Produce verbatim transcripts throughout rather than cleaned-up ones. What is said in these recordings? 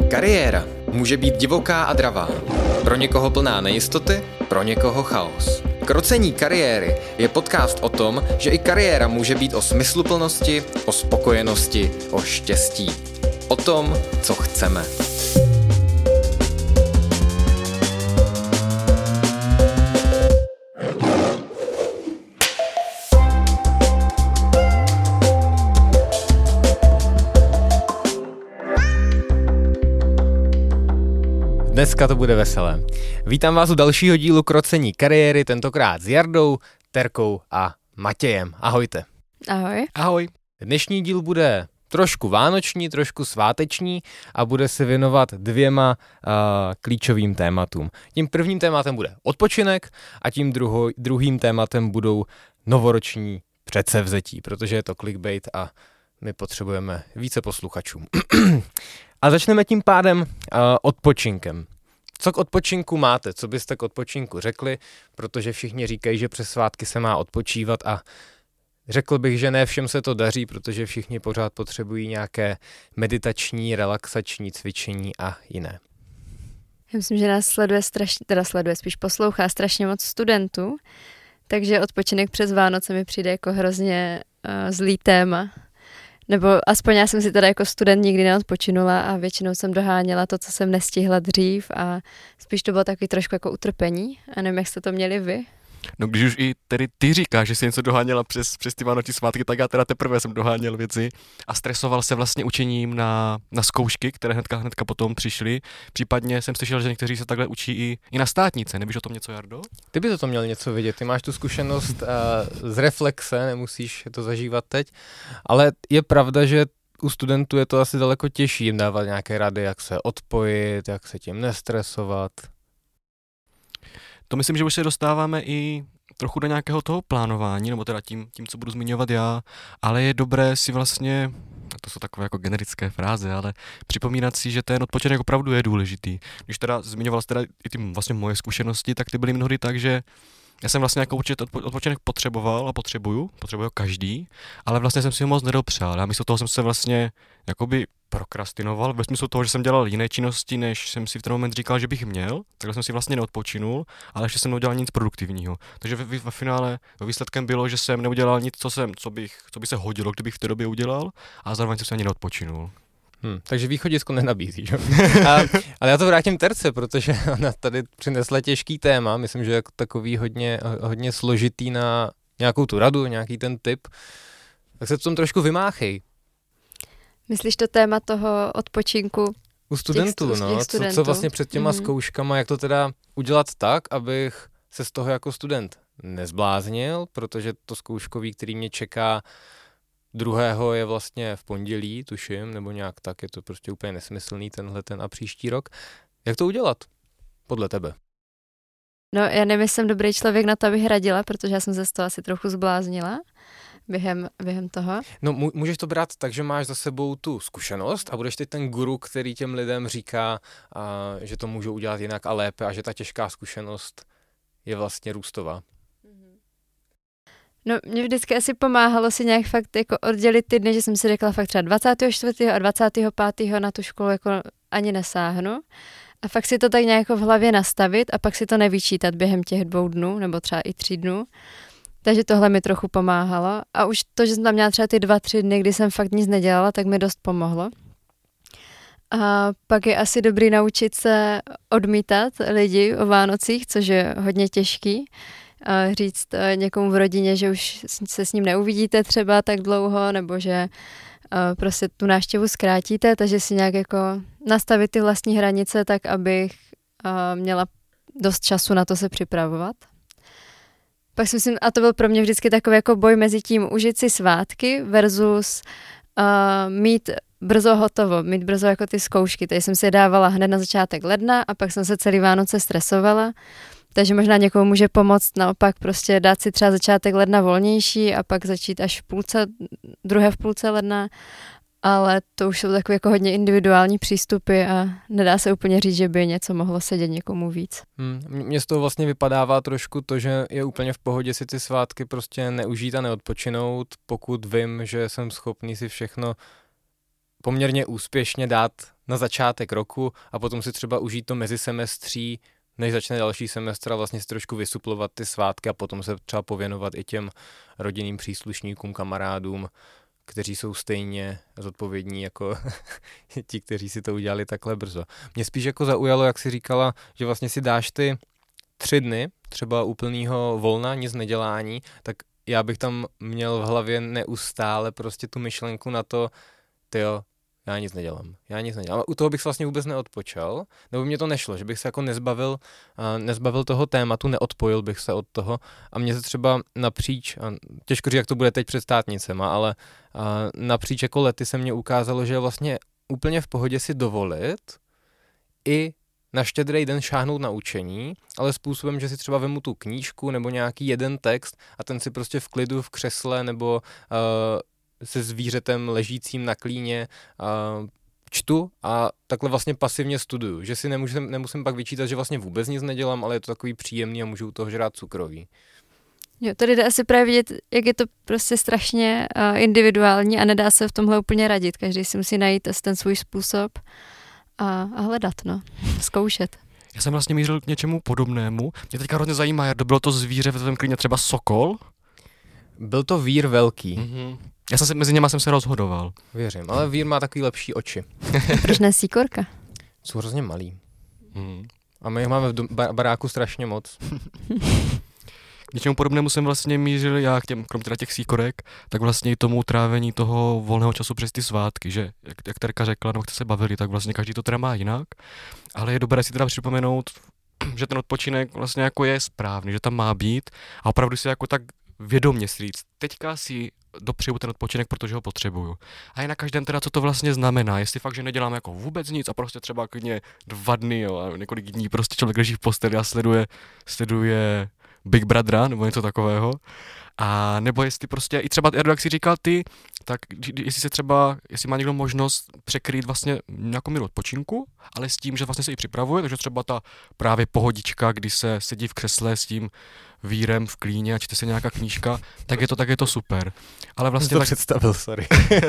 Kariéra může být divoká a dravá. Pro někoho plná nejistoty, pro někoho chaos. Krocení kariéry je podcast o tom, že i kariéra může být o smysluplnosti, o spokojenosti, o štěstí. O tom, co chceme. Dneska to bude veselé. Vítám vás u dalšího dílu Krocení kariéry, tentokrát s Jardou, Terkou a Matějem. Ahojte. Ahoj. Ahoj. Dnešní díl bude trošku vánoční, trošku sváteční a bude se věnovat dvěma uh, klíčovým tématům. Tím prvním tématem bude odpočinek a tím druho, druhým tématem budou novoroční předsevzetí, protože je to clickbait a my potřebujeme více posluchačů. A začneme tím pádem uh, odpočinkem. Co k odpočinku máte? Co byste k odpočinku řekli? Protože všichni říkají, že přes svátky se má odpočívat a řekl bych, že ne všem se to daří, protože všichni pořád potřebují nějaké meditační, relaxační cvičení a jiné. Já myslím, že nás sleduje strašně, teda sleduje, spíš poslouchá strašně moc studentů, takže odpočinek přes Vánoce mi přijde jako hrozně uh, zlý téma. Nebo aspoň já jsem si teda jako student nikdy neodpočinula a většinou jsem doháněla to, co jsem nestihla dřív a spíš to bylo takový trošku jako utrpení. A nevím, jak jste to měli vy. No když už i tedy ty říkáš, že jsi něco doháněla přes, přes ty vánoční svátky, tak já teda teprve jsem doháněl věci a stresoval se vlastně učením na, na zkoušky, které hnedka, hnedka potom přišly. Případně jsem slyšel, že někteří se takhle učí i, i na státnice. Nevíš o tom něco, Jardo? Ty bys o tom měl něco vědět, ty máš tu zkušenost uh, z reflexe, nemusíš to zažívat teď, ale je pravda, že u studentů je to asi daleko těžší jim dávat nějaké rady, jak se odpojit, jak se tím nestresovat. To myslím, že už se dostáváme i trochu do nějakého toho plánování, nebo teda tím, tím, co budu zmiňovat já, ale je dobré si vlastně, to jsou takové jako generické fráze, ale připomínat si, že ten odpočinek opravdu je důležitý. Když teda zmiňoval jsi teda i ty vlastně moje zkušenosti, tak ty byly mnohdy tak, že já jsem vlastně jako určitě odpočinek potřeboval a potřebuju, potřebuju každý, ale vlastně jsem si ho moc nedopřál. Já místo toho jsem se vlastně jakoby prokrastinoval, ve smyslu toho, že jsem dělal jiné činnosti, než jsem si v ten moment říkal, že bych měl, takhle jsem si vlastně neodpočinul, ale ještě jsem neudělal nic produktivního. Takže ve, ve finále výsledkem bylo, že jsem neudělal nic, co, jsem, co, bych, co by se hodilo, kdybych v té době udělal, a zároveň jsem se ani neodpočinul. Hmm, takže východisko nenabízí, že? A, ale já to vrátím Terce, protože ona tady přinesla těžký téma, myslím, že jako takový hodně, hodně složitý na nějakou tu radu, nějaký ten tip, tak se v tom trošku vymáchej. Myslíš to téma toho odpočinku? U studentů, těch, no, těch studentů. Co, co vlastně před těma mm-hmm. zkouškama, jak to teda udělat tak, abych se z toho jako student nezbláznil, protože to zkouškový, který mě čeká druhého je vlastně v pondělí, tuším, nebo nějak tak, je to prostě úplně nesmyslný tenhle ten a příští rok. Jak to udělat? Podle tebe. No já nevím, jsem dobrý člověk na to, abych radila, protože já jsem se z toho asi trochu zbláznila během, během toho. No můžeš to brát tak, že máš za sebou tu zkušenost a budeš teď ten guru, který těm lidem říká, a, že to můžou udělat jinak a lépe a že ta těžká zkušenost je vlastně růstová. No, mě vždycky asi pomáhalo si nějak fakt jako oddělit ty dny, že jsem si řekla fakt třeba dvacátého čtvrtého a dvacátého pátého na tu školu jako ani nesáhnu. A fakt si to tak nějak v hlavě nastavit a pak si to nevyčítat během těch dvou dnů, nebo třeba i tří dnů. Takže tohle mi trochu pomáhalo. A už to, že jsem tam měla třeba ty dva, tři dny, kdy jsem fakt nic nedělala, tak mi dost pomohlo. A pak je asi dobrý naučit se odmítat lidi o Vánocích, což je hodně těžký. A říct někomu v rodině, že už se s ním neuvidíte třeba tak dlouho, nebo že prostě tu návštěvu zkrátíte, takže si nějak jako nastavit ty vlastní hranice tak, abych měla dost času na to se připravovat. Pak si myslím, a to byl pro mě vždycky takový jako boj mezi tím užít si svátky versus uh, mít brzo hotovo, mít brzo jako ty zkoušky. Tady jsem si je dávala hned na začátek ledna a pak jsem se celý Vánoce stresovala. Takže možná někomu může pomoct naopak prostě dát si třeba začátek ledna volnější a pak začít až v půlce, druhé v půlce ledna, ale to už jsou takové jako hodně individuální přístupy a nedá se úplně říct, že by něco mohlo sedět někomu víc. Hmm, mně z toho vlastně vypadává trošku to, že je úplně v pohodě si ty svátky prostě neužít a neodpočinout, pokud vím, že jsem schopný si všechno poměrně úspěšně dát na začátek roku a potom si třeba užít to mezisemestří, než začne další semestr a vlastně si trošku vysuplovat ty svátky a potom se třeba pověnovat i těm rodinným příslušníkům, kamarádům, kteří jsou stejně zodpovědní jako ti, kteří si to udělali takhle brzo. Mě spíš jako zaujalo, jak jsi říkala, že vlastně si dáš ty tři dny, třeba úplnýho volna, nic nedělání, tak já bych tam měl v hlavě neustále prostě tu myšlenku na to, tyjo, já nic nedělám, já nic nedělám. Ale u toho bych se vlastně vůbec neodpočal, nebo mě to nešlo, že bych se jako nezbavil, uh, nezbavil toho tématu, neodpojil bych se od toho a mě se třeba napříč, uh, těžko říct, jak to bude teď před státnicema, ale uh, napříč jako lety se mně ukázalo, že je vlastně úplně v pohodě si dovolit i na Štědrý den šáhnout na učení, ale způsobem, že si třeba vemu tu knížku nebo nějaký jeden text a ten si prostě v klidu v křesle nebo uh, se zvířetem ležícím na klíně uh, čtu a takhle vlastně pasivně studuju, že si nemusím, nemusím pak vyčítat, že vlastně vůbec nic nedělám, ale je to takový příjemný a můžu u toho žrát cukroví. Jo, tady jde asi právě vidět, jak je to prostě strašně uh, individuální a nedá se v tomhle úplně radit. Každý si musí najít ten svůj způsob a, a hledat, no, zkoušet. Já jsem vlastně mířil k něčemu podobnému. Mě teďka hrozně zajímá, jak to bylo to zvíře v tom klíně, třeba sokol? Byl to vír velký. Mm-hmm. Já jsem se, mezi něma jsem se rozhodoval. Věřím, ale vír má takový lepší oči. Proč ne síkorka? Jsou hrozně malý. Mm. A my jich máme v dom- baráku strašně moc. K něčemu podobnému jsem vlastně mířil já, k těm, krom teda těch síkorek, tak vlastně i tomu trávení toho volného času přes ty svátky, že jak, jak Terka řekla, nebo jste se bavili, tak vlastně každý to teda má jinak, ale je dobré si teda připomenout, že ten odpočinek vlastně jako je správný, že tam má být a opravdu si jako tak vědomě si říct, teďka si dopřeju ten odpočinek, protože ho potřebuju. A je na každém teda, co to vlastně znamená, jestli fakt, že nedělám jako vůbec nic a prostě třeba klidně dva dny, jo, a několik dní prostě člověk leží v posteli a sleduje, sleduje Big Brothera nebo něco takového. A nebo jestli prostě, i třeba, jak jsi říkal ty, tak jestli se třeba, jestli má někdo možnost překrýt vlastně nějakou míru odpočinku, ale s tím, že vlastně se i připravuje, takže třeba ta právě pohodička, kdy se sedí v křesle s tím vírem v klíně a čte se nějaká knížka, tak je to, tak je to super. Ale vlastně to tak... představil, sorry.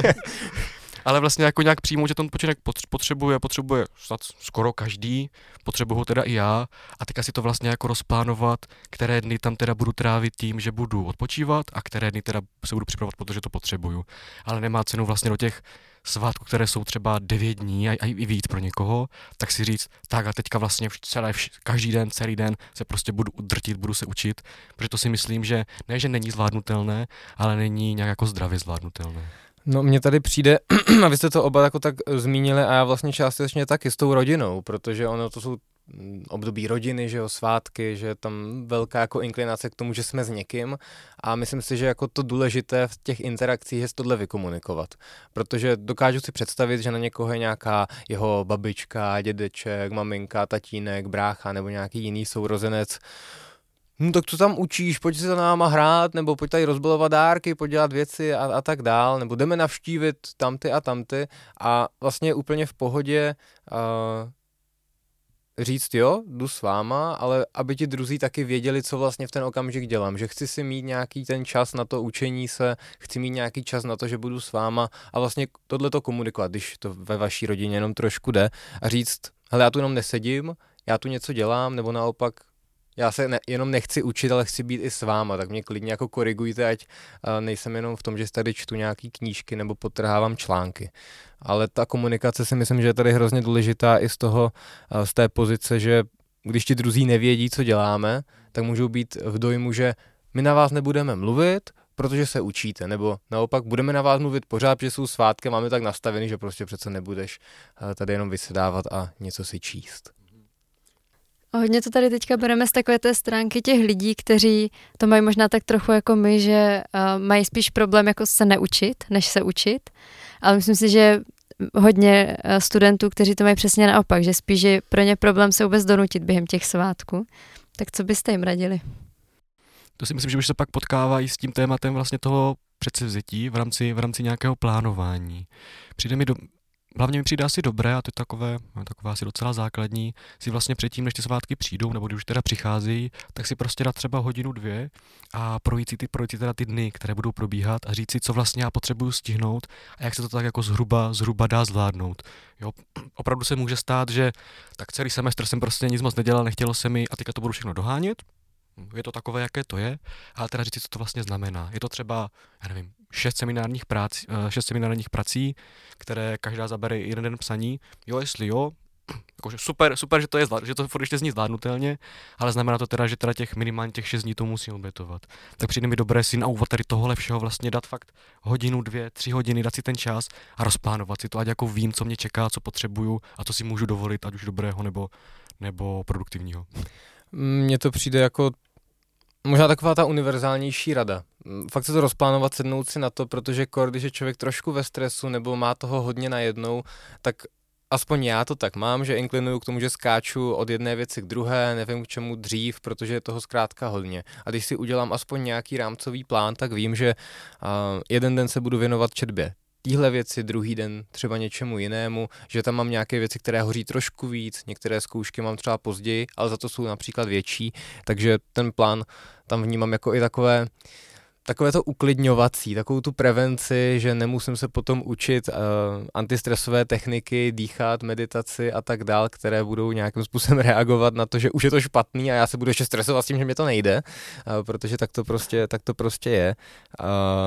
Ale vlastně jako nějak přijmout, že ten odpočinek potřebuje, potřebuje snad skoro každý, potřebuju ho teda i já a teďka si to vlastně jako rozplánovat, které dny tam teda budu trávit tím, že budu odpočívat a které dny teda se budu připravovat, protože to potřebuju. Ale nemá cenu vlastně do těch svátků, které jsou třeba devět dní a, a i víc pro někoho, tak si říct, tak a teďka vlastně celé, každý den, celý den se prostě budu udrtit, budu se učit, protože to si myslím, že ne, že není zvládnutelné, ale není nějak jako zdravě zvládnutelné. No mně tady přijde, a vy jste to oba jako tak zmínili a já vlastně částečně taky s tou rodinou, protože ono to jsou období rodiny, že jo, svátky, že je tam velká jako inklinace k tomu, že jsme s někým a myslím si, že jako to důležité v těch interakcích je tohle vykomunikovat, protože dokážu si představit, že na někoho je nějaká jeho babička, dědeček, maminka, tatínek, brácha nebo nějaký jiný sourozenec. No tak co tam učíš, pojď si za náma hrát, nebo pojď tady rozbalovat dárky, pojď dělat věci a, a tak dál, nebo jdeme navštívit tamty a tamty a vlastně úplně v pohodě uh, říct jo, jdu s váma, ale aby ti druzí taky věděli, co vlastně v ten okamžik dělám, že chci si mít nějaký ten čas na to učení se, chci mít nějaký čas na to, že budu s váma a vlastně tohleto komunikovat, když to ve vaší rodině jenom trošku jde a říct, hele, já tu jenom nesedím, já tu něco dělám, nebo naopak já se ne, jenom nechci učit, ale chci být i s váma, tak mě klidně jako korigujte, ať uh, nejsem jenom v tom, že tady čtu nějaký knížky nebo podtrhávám články. Ale ta komunikace si myslím, že je tady hrozně důležitá i z toho, uh, z té pozice, že když ti druzí nevědí, co děláme, tak můžou být v dojmu, že my na vás nebudeme mluvit, protože se učíte, nebo naopak budeme na vás mluvit pořád, protože jsou svátky, máme tak nastavený, že prostě přece nebudeš uh, tady jenom vysedávat a něco si číst. Hodně to tady teďka bereme z takové té stránky těch lidí, kteří to mají možná tak trochu jako my, že uh, mají spíš problém jako se neučit, než se učit. Ale myslím si, že hodně uh, studentů, kteří to mají přesně naopak, že spíš je pro ně problém se vůbec donutit během těch svátků. Tak co byste jim radili? To si myslím, že už se pak potkává i s tím tématem vlastně toho předsevzetí v rámci, v rámci nějakého plánování. Přijde mi do... hlavně mi přijde asi dobré, a to je takové, takové asi docela základní, si vlastně předtím, než ty svátky přijdou, nebo když už teda přicházejí, tak si prostě dát třeba hodinu, dvě a projít si ty, projít si teda ty dny, které budou probíhat a říct si, co vlastně já potřebuju stihnout a jak se to tak jako zhruba, zhruba dá zvládnout. Jo, opravdu se může stát, že tak celý semestr jsem prostě nic moc nedělal, nechtělo se mi a teďka to budu všechno dohánět. Je to takové, jaké to je, ale teda říct si, co to vlastně znamená. Je to třeba, já nevím, šest seminárních prací, šest seminárních prací, které každá zabere jeden den psaní. Jo, jestli jo, jakože super, super, že to je, že to furt ještě zní zvládnutelně, ale znamená to teda, že teda těch minimálně těch šest dní to musím obětovat. Tak přijde mi dobré si na úvod tady tohle všeho vlastně dát fakt hodinu, dvě, tři hodiny, dát si ten čas a rozplánovat si to, ať jako vím, co mě čeká, co potřebuju a co si můžu dovolit, ať už dobrého nebo, nebo produktivního. Mně to přijde jako možná taková ta univerzálnější rada. Fakt se to rozplánovat, sednout si na to, protože kor, když je člověk trošku ve stresu nebo má toho hodně najednou, tak aspoň já to tak mám, že inklinuju k tomu, že skáču od jedné věci k druhé, nevím k čemu dřív, protože je toho zkrátka hodně. A když si udělám aspoň nějaký rámcový plán, tak vím, že uh, jeden den se budu věnovat četbě týhle věci, druhý den třeba něčemu jinému, že tam mám nějaké věci, které hoří trošku víc, některé zkoušky mám třeba později, ale za to jsou například větší, takže ten plán tam vnímám jako i takové takové to uklidňovací, takovou tu prevenci, že nemusím se potom učit uh, antistresové techniky, dýchat, meditaci a tak dál, které budou nějakým způsobem reagovat na to, že už je to špatný a já se budu ještě stresovat s tím, že mě to nejde, uh, protože tak to prostě, tak to prostě je. Uh,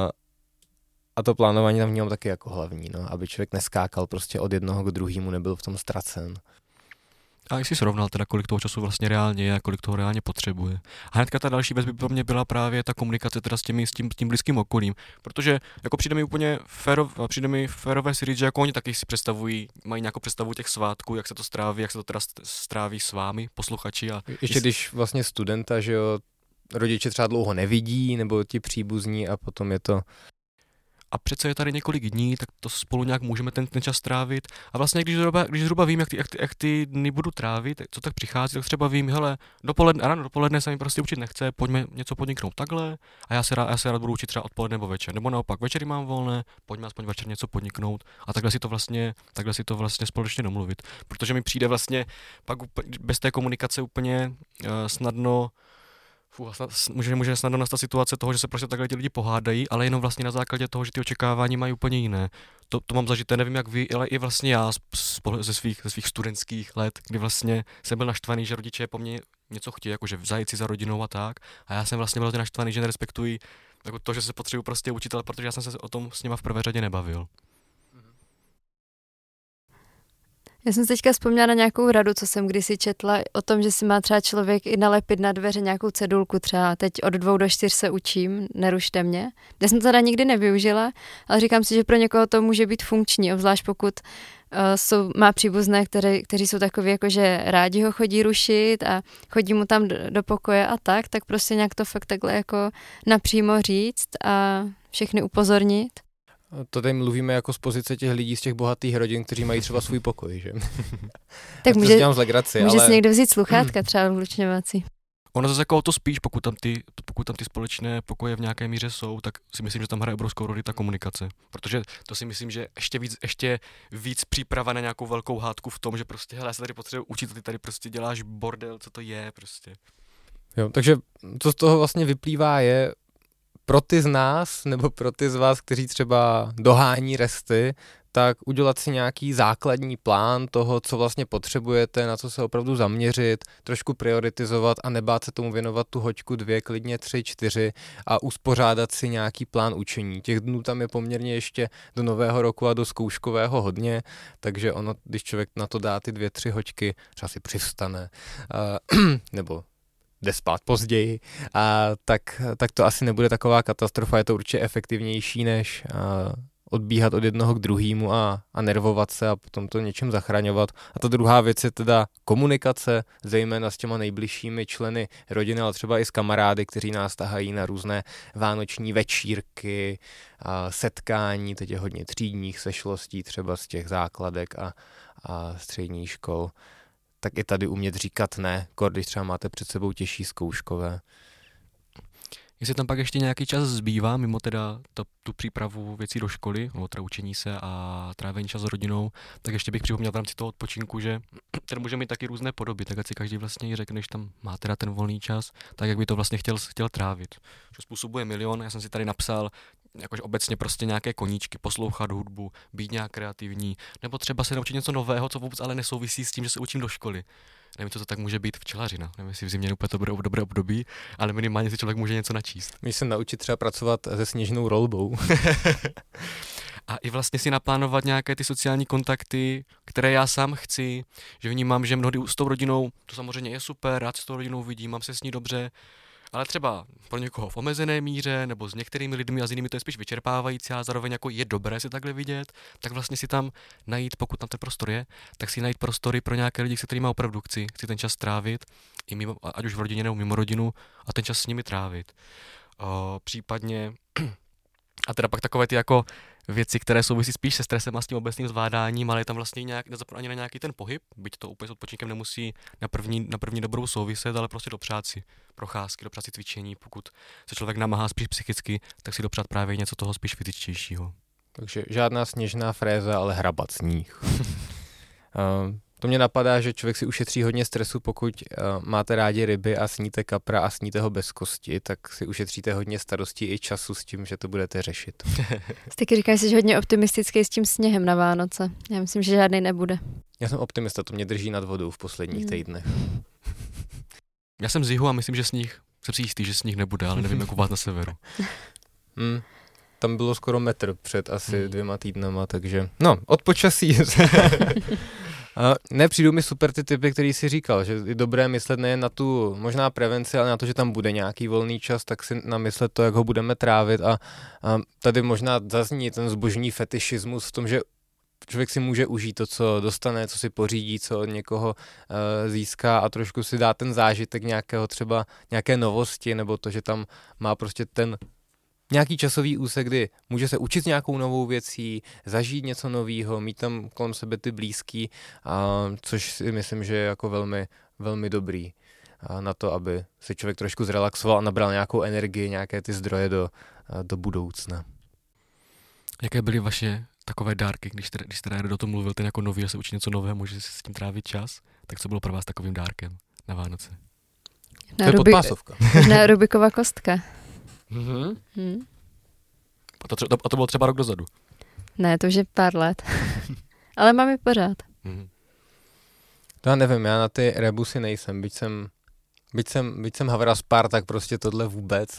a to plánování tam vnímám taky jako hlavní, no, aby člověk neskákal prostě od jednoho k druhému, nebyl v tom ztracen. A jestli srovnal teda, kolik toho času vlastně reálně je a kolik toho reálně potřebuje. A hnedka ta další věc by pro mě byla právě ta komunikace teda s, těmi, s, tím, s tím blízkým okolím, protože jako přijde mi úplně férov, přijde mi férové si říct, že jako oni taky si představují, mají nějakou představu těch svátků, jak se to stráví, jak se to teda stráví s vámi, posluchači. A ještě když vlastně studenta, že jo, rodiče třeba dlouho nevidí, nebo ti příbuzní a potom je to... A přece je tady několik dní, tak to spolu nějak můžeme ten, ten čas trávit. A vlastně, když zhruba, když zhruba vím, jak ty, jak, ty, jak ty dny budu trávit, co tak přichází, tak třeba vím, hele, dopoledne, ráno dopoledne se mi prostě učit nechce, pojďme něco podniknout takhle a já se, rád, já se rád budu učit třeba odpoledne nebo večer. Nebo naopak, večery mám volné, pojďme aspoň večer něco podniknout a takhle si to vlastně, takhle si to vlastně společně domluvit. Protože mi přijde vlastně pak bez té komunikace úplně uh, snadno Fuh, může, může snadno nastat situace toho, že se prostě takhle ti lidi pohádají, ale jenom vlastně na základě toho, že ty očekávání mají úplně jiné. To, to mám zažité, nevím jak vy, ale i vlastně já ze svých, ze svých studentských let, kdy vlastně jsem byl naštvaný, že rodiče po mně něco chtějí, jakože zajít si za rodinou a tak. A já jsem vlastně byl naštvaný, že nerespektují jako to, že se potřebuji prostě učit, ale protože já jsem se o tom s nima v prvé řadě nebavil. Já jsem teďka vzpomněla na nějakou radu, co jsem kdysi četla o tom, že si má třeba člověk i nalepit na dveře nějakou cedulku, třeba teď od dvou do čtyř se učím, nerušte mě. Já jsem to teda nikdy nevyužila, ale říkám si, že pro někoho to může být funkční, obzvlášť pokud uh, jsou, má příbuzné, které, kteří jsou takový, jako že rádi ho chodí rušit a chodí mu tam do, do pokoje a tak, tak prostě nějak to fakt takhle jako napřímo říct a všechny upozornit. To tady mluvíme jako z pozice těch lidí z těch bohatých rodin, kteří mají třeba svůj pokoj, že? Tak může, to z legraci, může ale... si někdo vzít sluchátka třeba odlučňovací. Ono zase jako to spíš, pokud tam, ty, pokud tam ty společné pokoje v nějaké míře jsou, tak si myslím, že tam hraje obrovskou roli ta komunikace. Protože to si myslím, že ještě víc, ještě víc příprava na nějakou velkou hádku v tom, že prostě, hele, já se tady potřebuji učit, ty tady prostě děláš bordel, co to je prostě. Jo, takže co z toho vlastně vyplývá je, pro ty z nás, nebo pro ty z vás, kteří třeba dohání resty, tak udělat si nějaký základní plán toho, co vlastně potřebujete, na co se opravdu zaměřit, trošku prioritizovat a nebát se tomu věnovat tu hoďku dvě, klidně tři, čtyři a uspořádat si nějaký plán učení. Těch dnů tam je poměrně ještě do nového roku a do zkouškového hodně, takže ono, když člověk na to dá ty dvě, tři hoďky, třeba si přivstane, uh, nebo jde spát později, a tak, tak to asi nebude taková katastrofa, je to určitě efektivnější, než a, odbíhat od jednoho k druhému a, a nervovat se a potom to něčem zachraňovat. A ta druhá věc je teda komunikace, zejména s těma nejbližšími členy rodiny, ale třeba i s kamarády, kteří nás tahají na různé vánoční večírky, a setkání, teď je hodně třídních sešlostí, třeba z těch základek a, a středních škol. Tak i tady umět říkat ne, kor, když třeba máte před sebou těžší zkouškové. Jestli tam pak ještě nějaký čas zbývá, mimo teda to, tu přípravu věcí do školy, nebo teda učení se a trávení čas s rodinou, tak ještě bych připomněl v rámci toho odpočinku, že ten může mít taky různé podoby, tak ať si každý vlastně řekne, když tam má teda ten volný čas, tak jak by to vlastně chtěl, chtěl trávit. Že způsobuje milion, já jsem si tady napsal jakože obecně prostě nějaké koníčky, poslouchat hudbu, být nějak kreativní, nebo třeba se naučit něco nového, co vůbec ale nesouvisí s tím, že se učím do školy. Nevím, co to tak může být včelařina. Nevím, jestli v zimě úplně to bude dobré období, ale minimálně si člověk může něco načíst. Můžeš se naučit třeba pracovat se sněžnou rolbou. A i vlastně si naplánovat nějaké ty sociální kontakty, které já sám chci, že vnímám, že mnohdy s tou rodinou, to samozřejmě je super, rád s tou rodinou vidím, mám se s ní dobře, ale třeba pro někoho v omezené míře, nebo s některými lidmi a s jinými to je spíš vyčerpávající a zároveň jako je dobré si takhle vidět, tak vlastně si tam najít, pokud tam ten prostor je, tak si najít prostory pro nějaké lidi, se kterými opravdu chci, chci ten čas trávit, i mimo, ať už v rodině nebo mimo rodinu, a ten čas s nimi trávit. O, případně, a teda pak takové ty jako věci, které souvisí spíš se stresem a s tím obecným zvládáním, ale je tam vlastně nějak, nezapomínat ani na nějaký ten pohyb, byť to úplně s odpočinkem nemusí na první, na první dobrou souviset, ale prostě dopřát si procházky, dopřát si cvičení, pokud se člověk namáhá spíš psychicky, tak si dopřát právě něco toho spíš fyzičtějšího. Takže žádná sněžná fréza, ale hrabat sníh. uh, to mě napadá, že člověk si ušetří hodně stresu, pokud uh, máte rádi ryby a sníte kapra a sníte ho bez kosti, tak si ušetříte hodně starostí i času s tím, že to budete řešit. Taky říkáš, že jsi hodně optimistický s tím sněhem na Vánoce. Já myslím, že žádný nebude. Já jsem optimista, to mě drží nad vodou v posledních hmm. týdnech. Já jsem z jihu a myslím, že sníh, jsem si jistý, že sníh nebude, ale nevím, jak u vás na severu. Hmm. Tam bylo skoro metr před asi hmm. dvěma týdnama, takže no, od počasí. A ne, přijdou mi super ty typy, který jsi říkal, že je dobré myslet nejen na tu možná prevenci, ale na to, že tam bude nějaký volný čas, tak si namyslet to, jak ho budeme trávit a, a tady možná zazní ten zbožný fetišismus v tom, že člověk si může užít to, co dostane, co si pořídí, co od někoho uh, získá a trošku si dá ten zážitek nějakého třeba nějaké novosti, nebo to, že tam má prostě ten nějaký časový úsek, kdy může se učit nějakou novou věcí, zažít něco nového, mít tam kolem sebe ty blízký, a, což si myslím, že je jako velmi, velmi dobrý a na to, aby se člověk trošku zrelaxoval a nabral nějakou energii, nějaké ty zdroje do, do budoucna. Jaké byly vaše takové dárky, když jste, když jste do toho mluvil, ten jako nový, že se učí něco nového, může si s tím trávit čas, tak co bylo pro vás takovým dárkem na Vánoce? To je Rubi- podpásovka. Možná Rubikova kostka. Mm-hmm. Hmm. A, to, to, a to bylo třeba rok dozadu? Ne, to už je pár let. Ale mám je pořád. Mm-hmm. To já nevím, já na ty rebusy nejsem, byť jsem, byť jsem, byť jsem Havraspár, tak prostě tohle vůbec.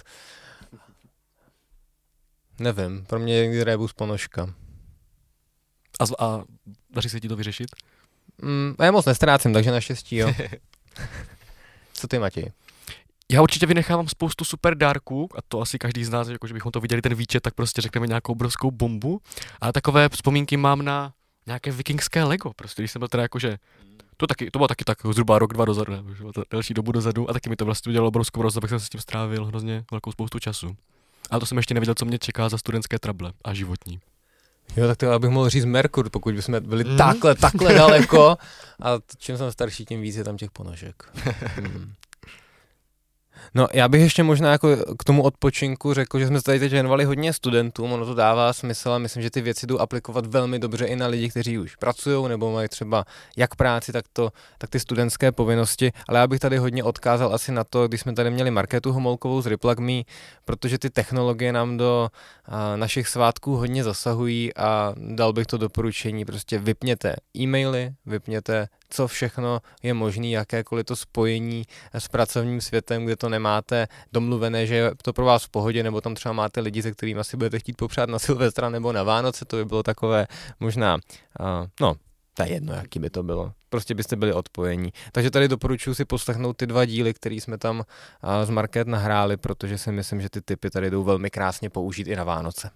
Nevím, pro mě je rebus ponožka. A, a daří se ti to vyřešit? Mm, já moc nestrácím, takže naštěstí jo. Co ty, Matěj? Já určitě vynechávám spoustu super dárků, a to asi každý z nás, jako že bychom to viděli ten výčet, tak prostě řekneme nějakou obrovskou bombu, ale takové vzpomínky mám na nějaké vikingské Lego, prostě když jsem byl teda jakože, to, taky, to bylo taky tak zhruba rok, dva dozadu, nebo delší dobu dozadu a taky mi to vlastně udělalo obrovskou radost, abych jsem se s tím strávil hrozně velkou spoustu času. Ale to jsem ještě nevěděl, co mě čeká za studentské trable a životní. Jo, tak to já bych mohl říct Merkur, pokud bychom byli mm. takhle, takhle daleko a čím jsem starší, tím víc je tam těch ponožek. Mm. No, já bych ještě možná jako k tomu odpočinku řekl, že jsme tady teď věnovali hodně studentům, ono to dává smysl a myslím, že ty věci jdou aplikovat velmi dobře i na lidi, kteří už pracují nebo mají třeba jak práci, tak, to, tak ty studentské povinnosti, ale já bych tady hodně odkázal asi na to, když jsme tady měli Markétu Homolkovou z Replug.me, protože ty technologie nám do a, našich svátků hodně zasahují a dal bych to doporučení, prostě vypněte e-maily, vypněte co všechno je možné, jakékoliv to spojení s pracovním světem, kde to nemáte domluvené, že je to pro vás v pohodě, nebo tam třeba máte lidi, se kterými asi budete chtít popřát na Silvestra nebo na Vánoce, to by bylo takové možná, uh, no, to je jedno, jaký by to bylo. Prostě byste byli odpojení. Takže tady doporučuji si poslechnout ty dva díly, které jsme tam uh, z Market nahráli, protože si myslím, že ty tipy tady jdou velmi krásně použít i na Vánoce.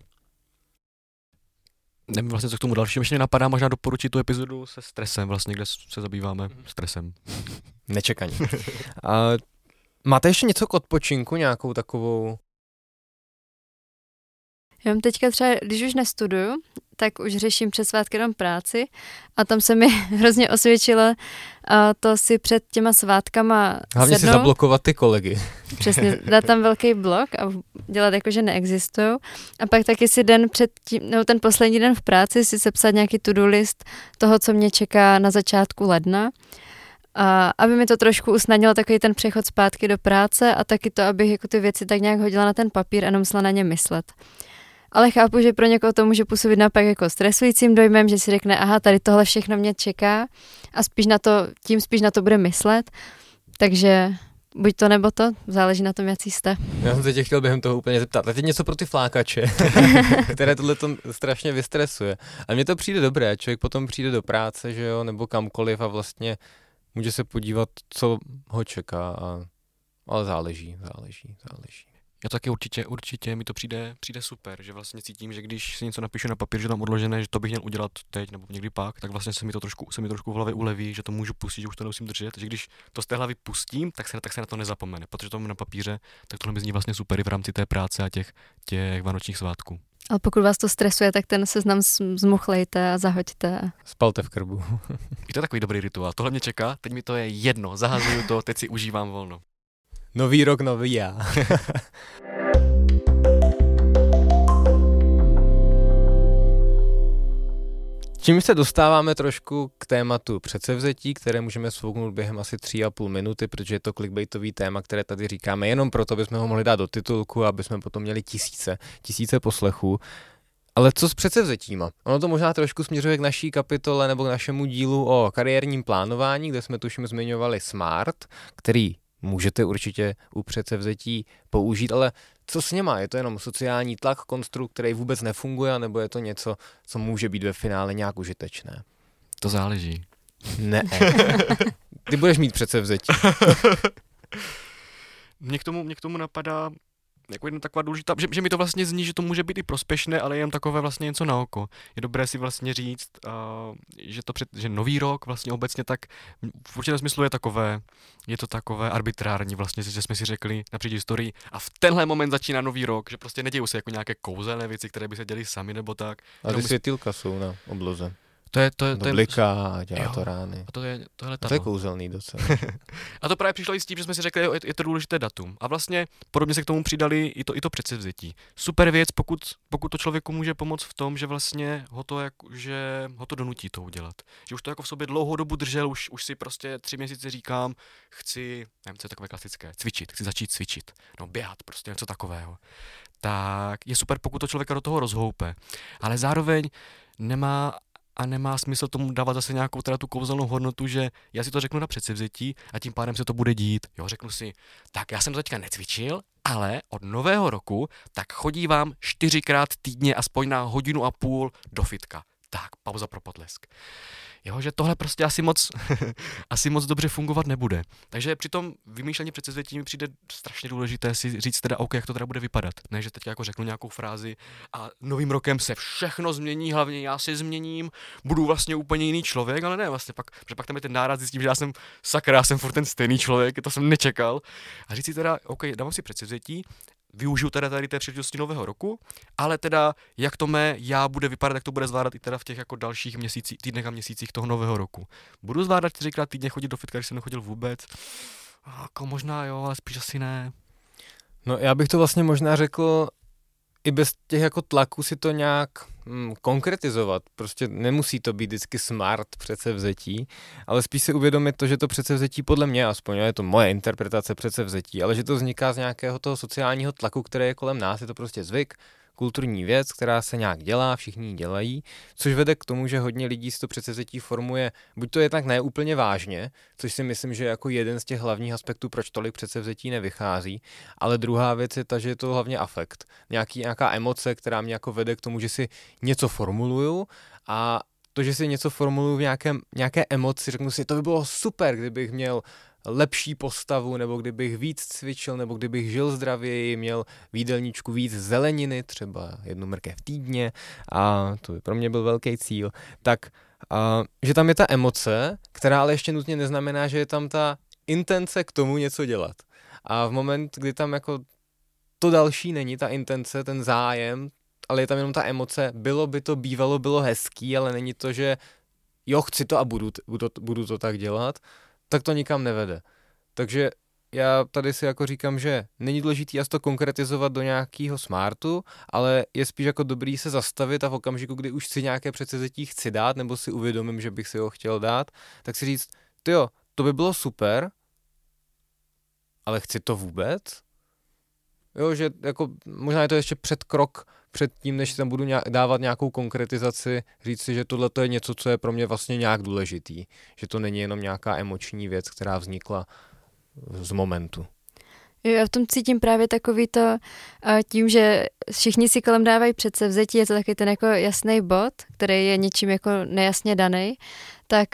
Nevím vlastně, co k tomu dalšímu ještě napadá, možná doporučit tu epizodu se stresem, vlastně, kde se zabýváme stresem. Nečekaně. A máte ještě něco k odpočinku, nějakou takovou? Já mám teďka třeba, když už nestuduju, tak už řeším přes svátky jenom práci a tam se mi hrozně osvědčilo uh, to si před těma svátkama Hlavně sednout. si zablokovat ty kolegy. Přesně, dát tam velký blok a dělat jako, že neexistují. A pak taky si den před tím, nebo ten poslední den v práci si sepsat nějaký to-do list toho, co mě čeká na začátku ledna. A aby mi to trošku usnadnilo takový ten přechod zpátky do práce a taky to, abych jako ty věci tak nějak hodila na ten papír a nemusela na ně myslet. Ale chápu, že pro někoho to může působit naopak jako stresujícím dojmem, že si řekne, aha, tady tohle všechno mě čeká a spíš na to, tím spíš na to bude myslet. Takže buď to nebo to, záleží na tom, jak jste. Já jsem se tě chtěl během toho úplně zeptat. A teď něco pro ty flákače, které tohle to strašně vystresuje. A mně to přijde dobré, člověk potom přijde do práce, že jo, nebo kamkoliv a vlastně může se podívat, co ho čeká, a, ale záleží, záleží, záleží. Já taky určitě, určitě mi to přijde, přijde super, že vlastně cítím, že když si něco napíšu na papír, že tam odložené, že to bych měl udělat teď nebo někdy pak, tak vlastně se mi to trošku, se mi trošku v hlavě uleví, že to můžu pustit, že už to nemusím držet, takže když to z té hlavy pustím, tak se, tak se na to nezapomene, protože to mám na papíře, tak tohle mi zní vlastně super i v rámci té práce a těch, těch vánočních svátků. Ale pokud vás to stresuje, tak ten seznam zmuchlejte a zahoďte. Spalte v krbu. I to je takový dobrý rituál. Tohle mě čeká, teď mi to je jedno, zahazuju to, teď si užívám volno. Nový rok, nový já. Čím se dostáváme trošku k tématu předsevzetí, které můžeme svouknout během asi tři a půl minuty, protože je to clickbaitový téma, které tady říkáme jenom proto, aby jsme ho mohli dát do titulku, aby jsme potom měli tisíce, tisíce poslechů. Ale co s předsevzetíma? Ono to možná trošku směřuje k naší kapitole nebo k našemu dílu o kariérním plánování, kde jsme tuším zmiňovali SMART, který můžete určitě u předsevzetí použít, ale co s něma? Je to jenom sociální tlak, konstrukt, který vůbec nefunguje, nebo je to něco, co může být ve finále nějak užitečné? To záleží. Ne. Ty budeš mít předsevzetí. Mě k tomu, mě k tomu napadá jako jedna taková důležitá, že, že mi to vlastně zní, že to může být i prospěšné, ale jen takové vlastně něco na oko. Je dobré si vlastně říct, uh, že to před, že nový rok vlastně obecně tak v určitém smyslu je takové, je to takové arbitrární vlastně, že jsme si řekli napříč historii a v tenhle moment začíná nový rok, že prostě nedějou se jako nějaké kouzelné věci, které by se děly sami nebo tak. A ty světýlka jsou na obloze. To je, to je, to je, bliká a dělá jo, to rány. A to je, to je, a to je kouzelný docela. A to právě přišlo i s tím, že jsme si řekli, je, je to důležité datum. A vlastně podobně se k tomu přidali i to, i to předsevzetí. Super věc, pokud, pokud to člověku může pomoct v tom, že vlastně ho to, jak, že ho to donutí to udělat. Že už to jako v sobě dlouhou dobu držel, už, už si prostě tři měsíce říkám, chci, nevím, co je takové klasické, cvičit, chci začít cvičit, no běhat, prostě něco takového. Tak je super, pokud to člověka do toho rozhoupe. Ale zároveň nemá a nemá smysl tomu dávat zase nějakou teda tu kouzelnou hodnotu, že já si to řeknu na předsevzetí a tím pádem se to bude dít. Jo, řeknu si, tak já jsem to teďka necvičil, ale od nového roku tak chodívám čtyřikrát týdně aspoň na hodinu a půl do fitka. Tak, pauza pro potlesk. Jo, že tohle prostě asi moc, asi moc dobře fungovat nebude. Takže při tom vymýšlení předsevzetí mi přijde strašně důležité si říct teda, OK, jak to teda bude vypadat. Ne, že teď jako řeknu nějakou frázi a novým rokem se všechno změní, hlavně já se změním, budu vlastně úplně jiný člověk, ale ne, vlastně pak, protože pak tam je ten náraz s tím, že já jsem sakra, já jsem furt ten stejný člověk, to jsem nečekal. A říct si teda, OK, dávám si předsevzetí, využiju teda tady té příležitosti nového roku, ale teda jak to mé já bude vypadat, jak to bude zvládat i teda v těch jako dalších měsících, týdnech a měsících toho nového roku. Budu zvládat čtyřikrát týdně chodit do fitka, když jsem nechodil vůbec? Jako možná jo, ale spíš asi ne. No já bych to vlastně možná řekl i bez těch jako tlaků si to nějak hm, konkretizovat. Prostě nemusí to být vždycky smart předsevzetí, ale spíš si uvědomit to, že to předsevzetí podle mě aspoň, je to moje interpretace předsevzetí, ale že to vzniká z nějakého toho sociálního tlaku, který je kolem nás, je to prostě zvyk, kulturní věc, která se nějak dělá, všichni ji dělají, což vede k tomu, že hodně lidí si to předsevzetí formuje, buď to je tak ne úplně vážně, což si myslím, že je jako jeden z těch hlavních aspektů, proč tolik předsevzetí nevychází, ale druhá věc je ta, že je to hlavně afekt, nějaký, nějaká emoce, která mě jako vede k tomu, že si něco formuluju a to, že si něco formuluju v nějakém, nějaké emoci, řeknu si, to by bylo super, kdybych měl lepší postavu, nebo kdybych víc cvičil, nebo kdybych žil zdravěji, měl v jídelníčku víc zeleniny, třeba jednu mrkev týdně, a to by pro mě byl velký cíl, tak a, že tam je ta emoce, která ale ještě nutně neznamená, že je tam ta intence k tomu něco dělat. A v moment, kdy tam jako to další není, ta intence, ten zájem, ale je tam jenom ta emoce, bylo by to bývalo, bylo hezký, ale není to, že jo, chci to a budu, budu, budu to tak dělat, tak to nikam nevede. Takže já tady si jako říkám, že není důležitý asi to konkretizovat do nějakého smartu, ale je spíš jako dobrý se zastavit a v okamžiku, kdy už si nějaké předsevzetí chci dát, nebo si uvědomím, že bych si ho chtěl dát, tak si říct, tyjo, to by bylo super, ale chci to vůbec? Jo, že jako možná je to ještě předkrok před tím, než tam budu nějak, dávat nějakou konkretizaci, říct si, že tohle je něco, co je pro mě vlastně nějak důležitý. Že to není jenom nějaká emoční věc, která vznikla z momentu. Jo, já v tom cítím právě takový to, tím, že všichni si kolem dávají předsevzetí, je to taky ten jako jasný bod, který je něčím jako nejasně daný, tak...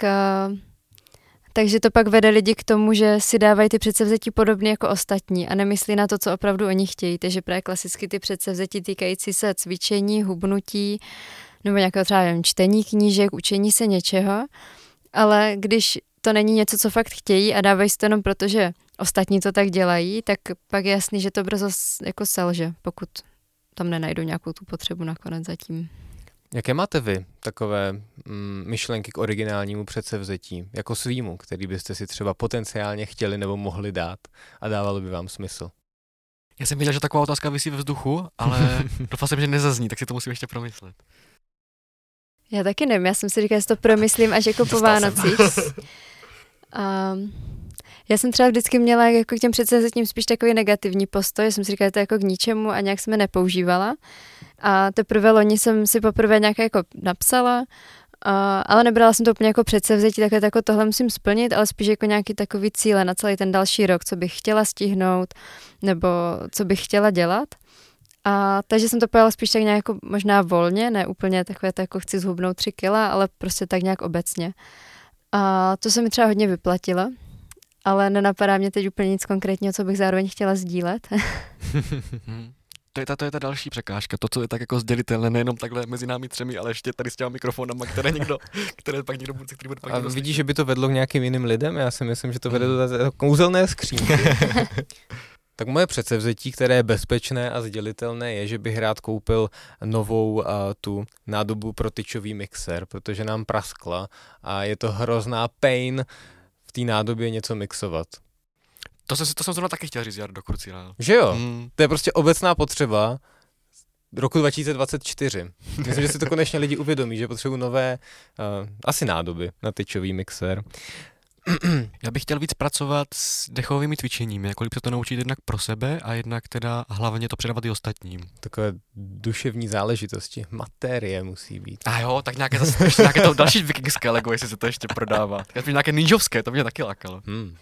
Takže to pak vede lidi k tomu, že si dávají ty předsevzetí podobně jako ostatní a nemyslí na to, co opravdu oni chtějí. Takže právě klasicky ty předsevzetí týkající se cvičení, hubnutí nebo nějakého třeba nevím, čtení knížek, učení se něčeho. Ale když to není něco, co fakt chtějí a dávají si to jenom proto, že ostatní to tak dělají, tak pak je jasný, že to brzo jako selže, pokud tam nenajdu nějakou tu potřebu nakonec zatím. Jaké máte vy takové mm, myšlenky k originálnímu předsevzetí, jako svýmu, který byste si třeba potenciálně chtěli nebo mohli dát a dávalo by vám smysl? Já jsem věděl, že taková otázka visí ve vzduchu, ale doufal jsem, že nezazní, tak si to musím ještě promyslet. Já taky nevím, já jsem si říkala, že to promyslím až jako po Vánocích. Um, já jsem třeba vždycky měla jako k těm předsevzetím spíš takový negativní postoj, jsem si říkala, že to je jako k ničemu a nějak jsem je nepoužívala. A teprve loni jsem si poprvé nějak jako napsala, a, ale nebrala jsem to úplně jako předsevzetí, takhle jako tohle musím splnit, ale spíš jako nějaký takový cíle na celý ten další rok, co bych chtěla stihnout, nebo co bych chtěla dělat. A takže jsem to pojala spíš tak nějak jako možná volně, ne úplně takové to jako chci zhubnout tři kila, ale prostě tak nějak obecně. A to se mi třeba hodně vyplatilo, ale nenapadá mě teď úplně nic konkrétního, co bych zároveň chtěla sdílet. To je, ta, to je ta další překážka, to, co je tak jako sdělitelné, nejenom takhle mezi námi třemi, ale ještě tady s těma mikrofonama, které někdo, které pak někdo bude, který bude pak A někdo vidíš, že by to vedlo k nějakým jiným lidem? Já si myslím, že to vede do té kouzelné skřínky. Tak moje předsevzetí, které je bezpečné a sdělitelné, je, že bych rád koupil novou uh, tu nádobu pro tyčový mixer, protože nám praskla a je to hrozná pain v té nádobě něco mixovat. To jsem, to jsem zrovna taky chtěl říct, Jardo Krucíla. Že jo? Mm. To je prostě obecná potřeba roku dva tisíce dvacet čtyři. Myslím, že si to konečně lidi uvědomí, že potřebují nové uh, asi nádoby na tyčový mixer. Já bych chtěl víc pracovat s dechovými cvičeními, jako líp se to naučit jednak pro sebe a jednak teda hlavně to předávat i ostatním. Takové duševní záležitosti, materie musí být. A jo, tak nějaké zase ještě nějaké to další vikingské Lego, jestli se to ještě prodává. Tak nějaké ninjovské, to mě taky lákalo. Hmm.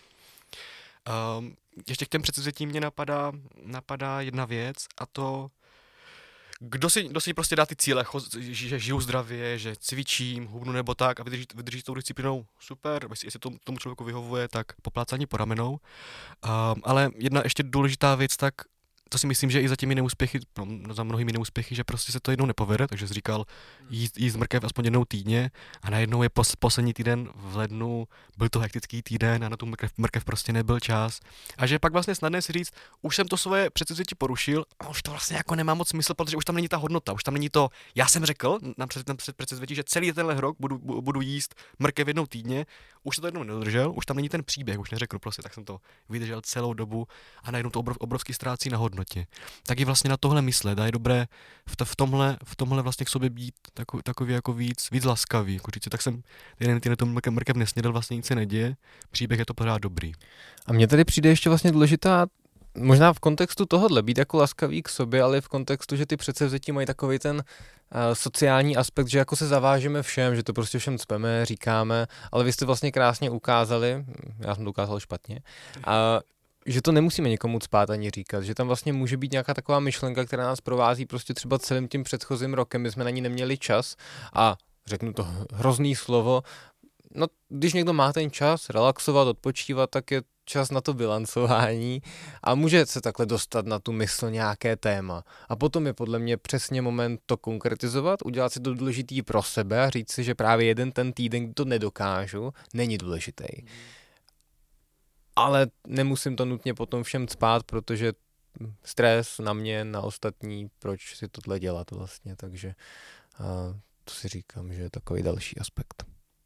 Um, ještě k těm předsevzetím mě napadá, napadá jedna věc a to, kdo si, kdo si prostě dá ty cíle, že žiju zdravě, že cvičím, hubnu nebo tak a vydrží, vydrží tou disciplinou, super, jestli, jestli tomu, tomu člověku vyhovuje, tak poplácání po ramenou. Um, ale jedna ještě důležitá věc, tak to si myslím, že i za těmi neúspěchy, no, za mnohými neúspěchy, že prostě se to jednou nepovede, takže jsi říkal jíst, jíst mrkev aspoň jednou týdně a najednou je pos, poslední týden v lednu, byl to hektický týden a na tu mrkev, mrkev prostě nebyl čas. A že je pak vlastně snadné si říct, už jsem to svoje předsevzetí porušil a už to vlastně jako nemá moc smysl, protože už tam není ta hodnota, už tam není to, já jsem řekl na předsevzetí, že celý tenhle rok budu, budu jíst mrkev jednou týdně, už se to jednou nedodržel, už tam není ten příběh, už neřeknu prostě, tak jsem to vydržel celou dobu a najednou to obrov, obrovský ztrácí na hodnotě. Tak je vlastně na tohle myslet a je dobré v, to, v, tomhle, v tomhle vlastně k sobě být takový, takový jako víc, víc laskavý. Jako říct si, tak jsem jeden týden to mrkev, mrkev nesnědl, vlastně nic se neděje, příběh je to pořád dobrý. A mně tady přijde ještě vlastně důležitá, možná v kontextu tohohle, být jako laskavý k sobě, ale v kontextu, že ty předsevzetí mají takový ten uh, sociální aspekt, že jako se zavážeme všem, že to prostě všem cpeme, říkáme, ale vy jste vlastně krásně ukázali, já jsem to ukázal špatně, a že to nemusíme někomu cpát ani říkat, že tam vlastně může být nějaká taková myšlenka, která nás provází prostě třeba celým tím předchozím rokem, my jsme na ní neměli čas a řeknu to hrozný slovo, no když někdo má ten čas relaxovat, odpočívat, tak je čas na to bilancování a může se takhle dostat na tu mysl nějaké téma. A potom je podle mě přesně moment to konkretizovat, udělat si to důležitý pro sebe a říct si, že právě jeden ten týden, kdy to nedokážu, není důležitý. Ale nemusím to nutně potom všem cpát, protože stres na mě, na ostatní, proč si tohle dělat vlastně, takže uh, to si říkám, že je takový další aspekt.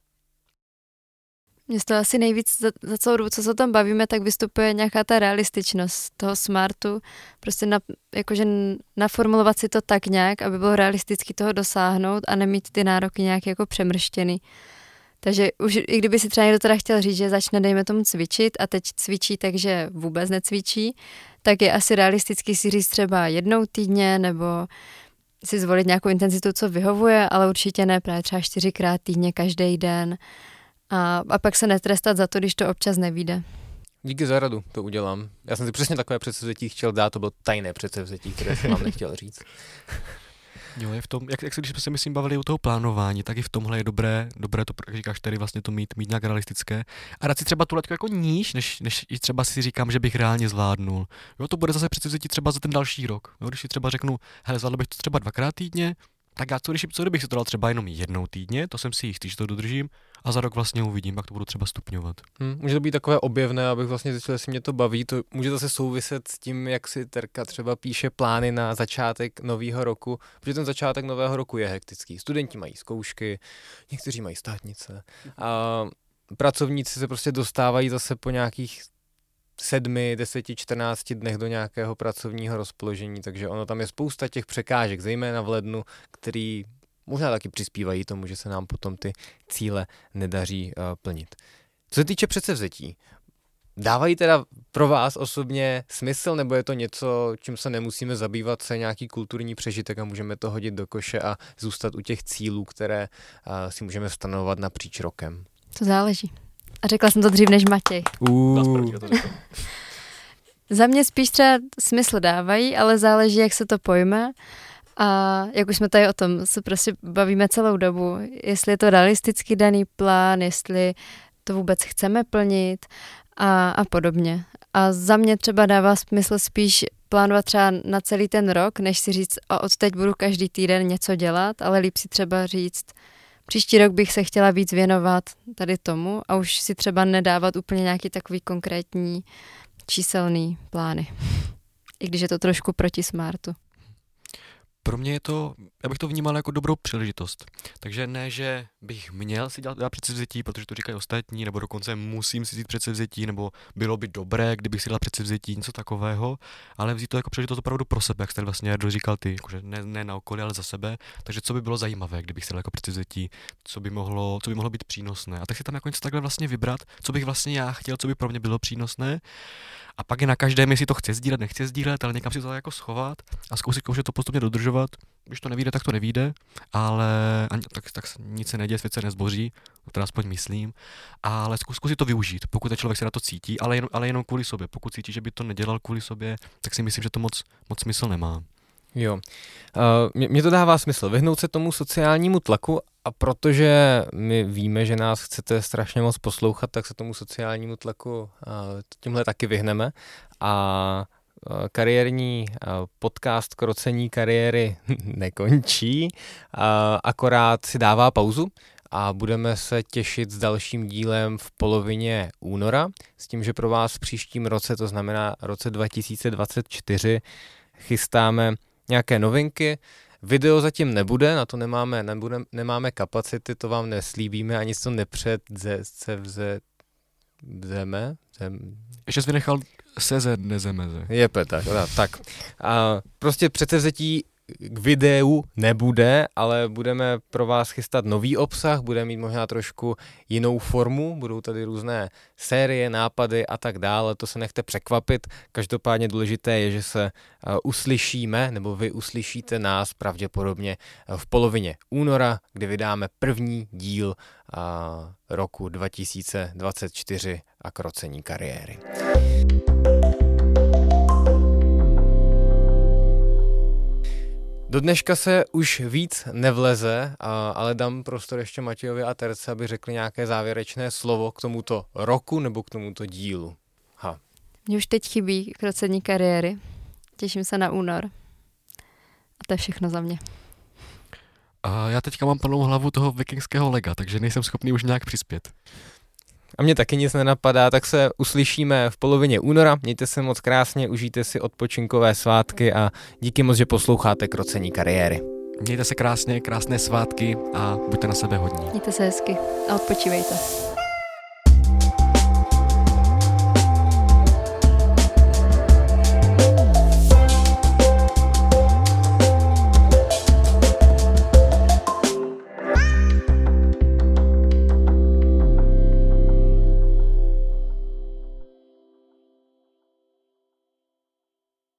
Mně z toho asi nejvíc za, za celou dobu, co se o tom bavíme, tak vystupuje nějaká ta realističnost toho smartu. Prostě na, jakože naformulovat si to tak nějak, aby bylo realisticky toho dosáhnout a nemít ty nároky nějak jako přemrštěný. Takže už i kdyby si třeba někdo teda chtěl říct, že začne, dejme tomu, cvičit a teď cvičí, takže vůbec necvičí, tak je asi realisticky si říct třeba jednou týdně nebo si zvolit nějakou intenzitu, co vyhovuje, ale určitě ne právě třeba čtyřikrát týdně každý den. A, a pak se netrestat za to, když to občas nevyjde. Díky za radu, to udělám. Já jsem si přesně takové předsevzetí chtěl dát, to bylo tajné předsevzetí, které jsem vám nechtěl říct. Jo, je v tom, jak, jak se, když jsme se myslím bavili o toho plánování, tak i v tomhle je dobré, dobré to, jak říkáš, tady vlastně to mít, mít nějak realistické. A dát si třeba tu laťku jako níž, než, než i třeba si říkám, že bych reálně zvládnul. Jo, to bude zase předsevzetí třeba za ten další rok. Jo, když si třeba řeknu, hele, zvládl bych to třeba dvakrát týdně, tak já co, když, co kdybych si to dal třeba jenom jednou týdně, to jsem si jistý, že to dodržím a za rok vlastně uvidím, jak to budu třeba stupňovat. Hmm, může to být takové objevné, abych vlastně zjistil, jestli mě to baví. To může zase souviset s tím, jak si Terka třeba píše plány na začátek nového roku, protože ten začátek nového roku je hektický. Studenti mají zkoušky, někteří mají státnice a pracovníci se prostě dostávají zase po nějakých sedmi, deseti, čtrnácti dnech do nějakého pracovního rozpoložení, takže ono tam je spousta těch překážek, zejména v lednu, který možná taky přispívají tomu, že se nám potom ty cíle nedaří uh, plnit. Co se týče předsevzetí, dávají teda pro vás osobně smysl, nebo je to něco, čím se nemusíme zabývat, co je nějaký kulturní přežitek a můžeme to hodit do koše a zůstat u těch cílů, které uh, si můžeme stanovovat napříč rokem? To záleží. A řekla jsem to dřív než Matěj. Uh. Za mě spíš třeba smysl dávají, ale záleží, jak se to pojme. A jak už jsme tady o tom se prostě bavíme celou dobu, jestli je to realisticky daný plán, jestli to vůbec chceme plnit a, a podobně. A za mě třeba dává smysl spíš plánovat třeba na celý ten rok, než si říct, a od teď budu každý týden něco dělat, ale líp si třeba říct, příští rok bych se chtěla víc věnovat tady tomu a už si třeba nedávat úplně nějaký takový konkrétní číselný plány. I když je to trošku proti smartu. Pro mě je to, já bych to vnímal jako dobrou příležitost. Takže ne, že bych měl si dělat předsevzetí, protože to říkají ostatní, nebo dokonce musím si vzít předsevzetí, nebo bylo by dobré, kdybych si dal předsevzetí, něco takového, ale vzít to jako příležitost opravdu pro sebe, jak jste vlastně říkal ty, jakože ne, ne na okolí, ale za sebe. Takže co by bylo zajímavé, kdybych si dal jako předsevzetí, co by mohlo, co by mohlo být přínosné. A tak si tam jako něco takhle vlastně vybrat, co bych vlastně já chtěl, co by pro mě bylo přínosné. A pak je na každém, jestli to chce sdílet, nechce sdílet, ale někam si to jako schovat a zkusit to postupně dodržovat. Když to nevíde, tak to nevíde, ale ani, tak, tak nic se neděje, svět se nezboří, to aspoň myslím, ale zkus, zkusit to využít, pokud ten člověk se na to cítí, ale, jen, ale jenom kvůli sobě. Pokud cítí, že by to nedělal kvůli sobě, tak si myslím, že to moc, moc smysl nemá. Jo, uh, mě to dává smysl, vyhnout se tomu sociálnímu tlaku a protože my víme, že nás chcete strašně moc poslouchat, tak se tomu sociálnímu tlaku uh, tímhle taky vyhneme a uh, kariérní uh, podcast Krocení kariéry nekončí, uh, akorát si dává pauzu a budeme se těšit s dalším dílem v polovině února, s tím, že pro vás v příštím roce, to znamená roce dva tisíce dvacet čtyři, chystáme nějaké novinky. Video zatím nebude, na to nemáme, nebude, nemáme kapacity, to vám neslíbíme, ani to nepředzeme. Ještě jsi vynechal seze, nezemeze. Je tak, tak. A prostě předsevzetí k videu nebude, ale budeme pro vás chystat nový obsah, bude mít možná trošku jinou formu, budou tady různé série, nápady a tak dále, to se nechte překvapit. Každopádně důležité je, že se uh, uslyšíme, nebo vy uslyšíte nás pravděpodobně uh, v polovině února, kdy vydáme první díl uh, roku dva tisíce dvacet čtyři a Krocení kariéry. Do dneška se už víc nevleze, ale dám prostor ještě Matějovi a Terce, aby řekli nějaké závěrečné slovo k tomuto roku nebo k tomuto dílu. Ha. Mně už teď chybí Krocení kariéry. Těším se na únor. A to je všechno za mě. A já teďka mám plnou hlavu toho vikingského lega, takže nejsem schopný už nějak přispět. A mě taky nic nenapadá, tak se uslyšíme v polovině února. Mějte se moc krásně, užijte si odpočinkové svátky a díky moc, že posloucháte Krocení kariéry. Mějte se krásně, krásné svátky a buďte na sebe hodní. Mějte se hezky a odpočívejte.